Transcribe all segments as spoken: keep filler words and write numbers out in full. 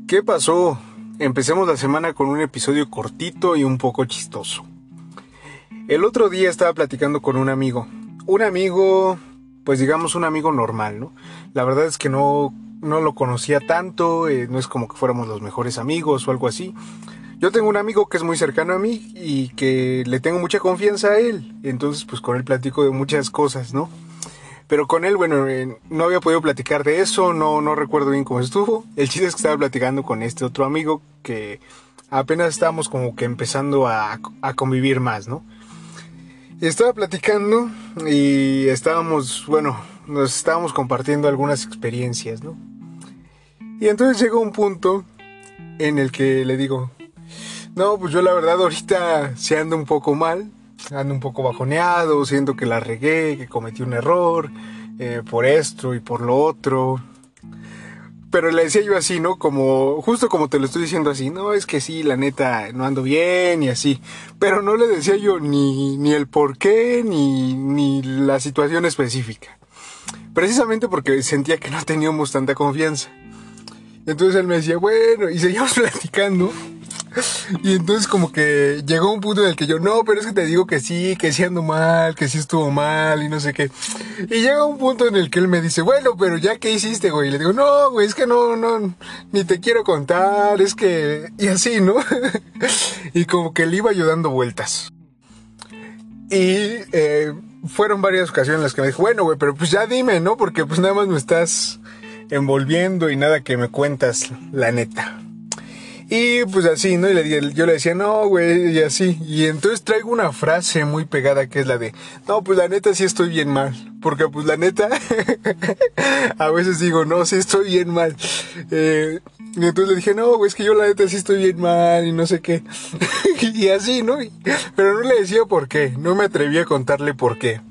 ¿Qué pasó? Empecemos la semana con un episodio cortito y un poco chistoso. El otro día estaba platicando con un amigo. Un amigo, pues digamos un amigo normal, ¿no? La verdad es que no, no lo conocía tanto, eh, no es como que fuéramos los mejores amigos o algo así. Yo tengo un amigo que es muy cercano a mí y que le tengo mucha confianza a él. Entonces, pues con él platico de muchas cosas, ¿no? Pero con él, bueno, eh, no había podido platicar de eso, no, no recuerdo bien cómo estuvo. El chiste es que estaba platicando con este otro amigo que apenas estábamos como que empezando a, a convivir más, ¿no? Estaba platicando y estábamos, bueno, nos estábamos compartiendo algunas experiencias, ¿no? Y entonces llegó un punto en el que le digo, no, pues yo la verdad ahorita se ando un poco mal. Ando un poco bajoneado, siento que la regué, que cometí un error, eh, por esto y por lo otro. Pero le decía yo así, ¿no? Como, justo como te lo estoy diciendo así, no, es que sí, la neta, no ando bien y así. Pero no le decía yo ni, ni el por qué, ni, ni la situación específica. Precisamente porque sentía que no teníamos tanta confianza. Entonces él me decía, bueno, y seguíamos platicando. Y entonces como que llegó un punto en el que yo, no, pero es que te digo que sí, que sí ando mal, que sí estuvo mal y no sé qué. Y llega un punto en el que él me dice, bueno, pero ya qué hiciste, güey. Y le digo, no, güey, es que no, no, ni te quiero contar, es que... Y así, ¿no? Y como que le iba yo dando vueltas. Y eh, fueron varias ocasiones en las que me dijo, bueno, güey, pero pues ya dime, ¿no? Porque pues nada más me estás envolviendo y nada que me cuentas la neta. Y pues así, ¿no? Y le, yo le decía, no, güey, y así. Y entonces traigo una frase muy pegada que es la de, no, pues la neta sí estoy bien mal. Porque pues la neta, a veces digo, no, sí estoy bien mal. Eh, y entonces le dije, no, güey, es que yo la neta sí estoy bien mal y no sé qué. Y así, ¿no? Pero no le decía por qué, no me atreví a contarle por qué.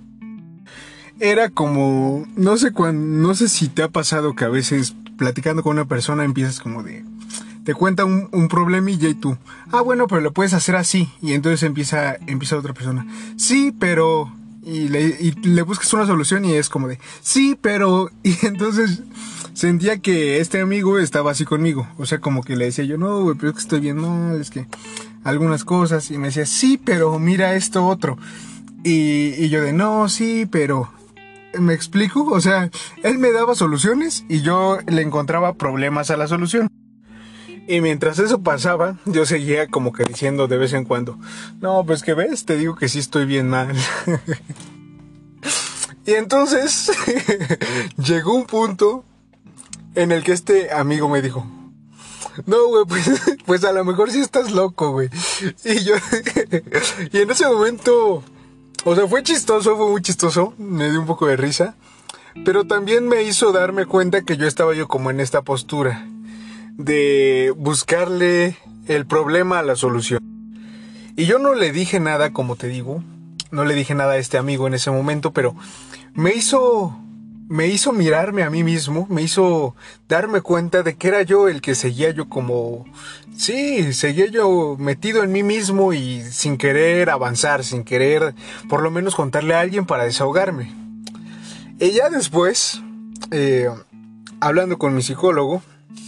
Era como, no sé cuán, no sé si te ha pasado que a veces platicando con una persona empiezas como de... Te cuenta un, un problemilla y tú, ah, bueno, pero lo puedes hacer así. Y entonces empieza, empieza otra persona, sí, pero... Y le, y le buscas una solución y es como de, sí, pero... Y entonces sentía que este amigo estaba así conmigo. O sea, como que le decía yo, no, güey, pero es que estoy bien mal, es que algunas cosas. Y me decía, sí, pero mira esto otro. Y, y yo de, no, sí, pero... ¿Me explico? O sea, él me daba soluciones y yo le encontraba problemas a la solución. Y mientras eso pasaba, yo seguía como que diciendo de vez en cuando, no, pues que ves, te digo que sí estoy bien mal. Y entonces llegó un punto en el que este amigo me dijo, no, güey, pues, pues a lo mejor sí estás loco, güey. Y yo, y en ese momento, o sea, fue chistoso, fue muy chistoso, me dio un poco de risa, pero también me hizo darme cuenta que yo estaba yo como en esta postura de buscarle el problema a la solución. Y yo no le dije nada, como te digo, no le dije nada a este amigo en ese momento, pero me hizo me hizo mirarme a mí mismo, me hizo darme cuenta de que era yo el que seguía yo como sí, seguía yo metido en mí mismo y sin querer avanzar, sin querer por lo menos contarle a alguien para desahogarme. Y ya después, eh, hablando con mi psicólogo,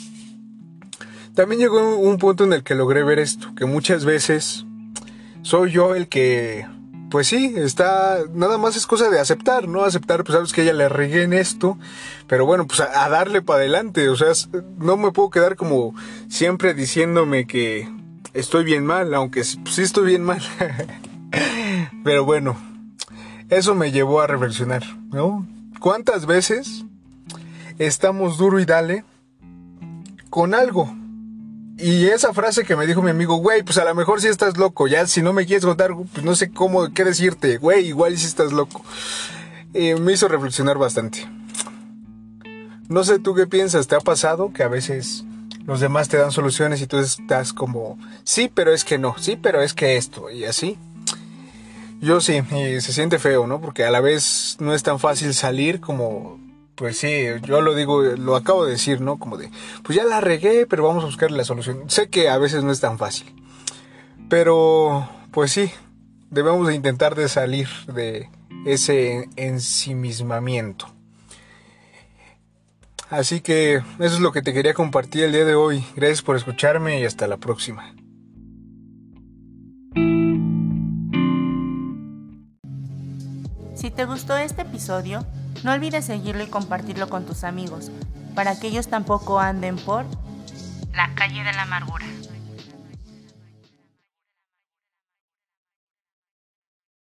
también llegó un punto en el que logré ver esto, que muchas veces soy yo el que, pues sí, está, nada más es cosa de aceptar, ¿no? Aceptar, pues sabes que ella le regué en esto, pero bueno, pues a, a darle para adelante, o sea, no me puedo quedar como siempre diciéndome que estoy bien mal, aunque pues, sí estoy bien mal. Pero bueno, eso me llevó a reflexionar, ¿no? ¿Cuántas veces estamos duro y dale con algo? Y esa frase que me dijo mi amigo, güey, pues a lo mejor sí estás loco, ya si no me quieres contar, pues no sé cómo, qué decirte, güey, igual sí estás loco. Eh, me hizo reflexionar bastante. No sé tú qué piensas, ¿te ha pasado que a veces los demás te dan soluciones y tú estás como, sí, pero es que no, sí, pero es que esto, y así? Yo sí, y se siente feo, ¿no? Porque a la vez no es tan fácil salir como... Pues sí, yo lo digo, lo acabo de decir, ¿no? Como de, pues ya la regué, pero vamos a buscarle la solución. Sé que a veces no es tan fácil. Pero, pues sí, debemos de intentar de salir de ese ensimismamiento. Así que eso es lo que te quería compartir el día de hoy. Gracias por escucharme y hasta la próxima. Si te gustó este episodio, no olvides seguirlo y compartirlo con tus amigos, para que ellos tampoco anden por la calle de la amargura.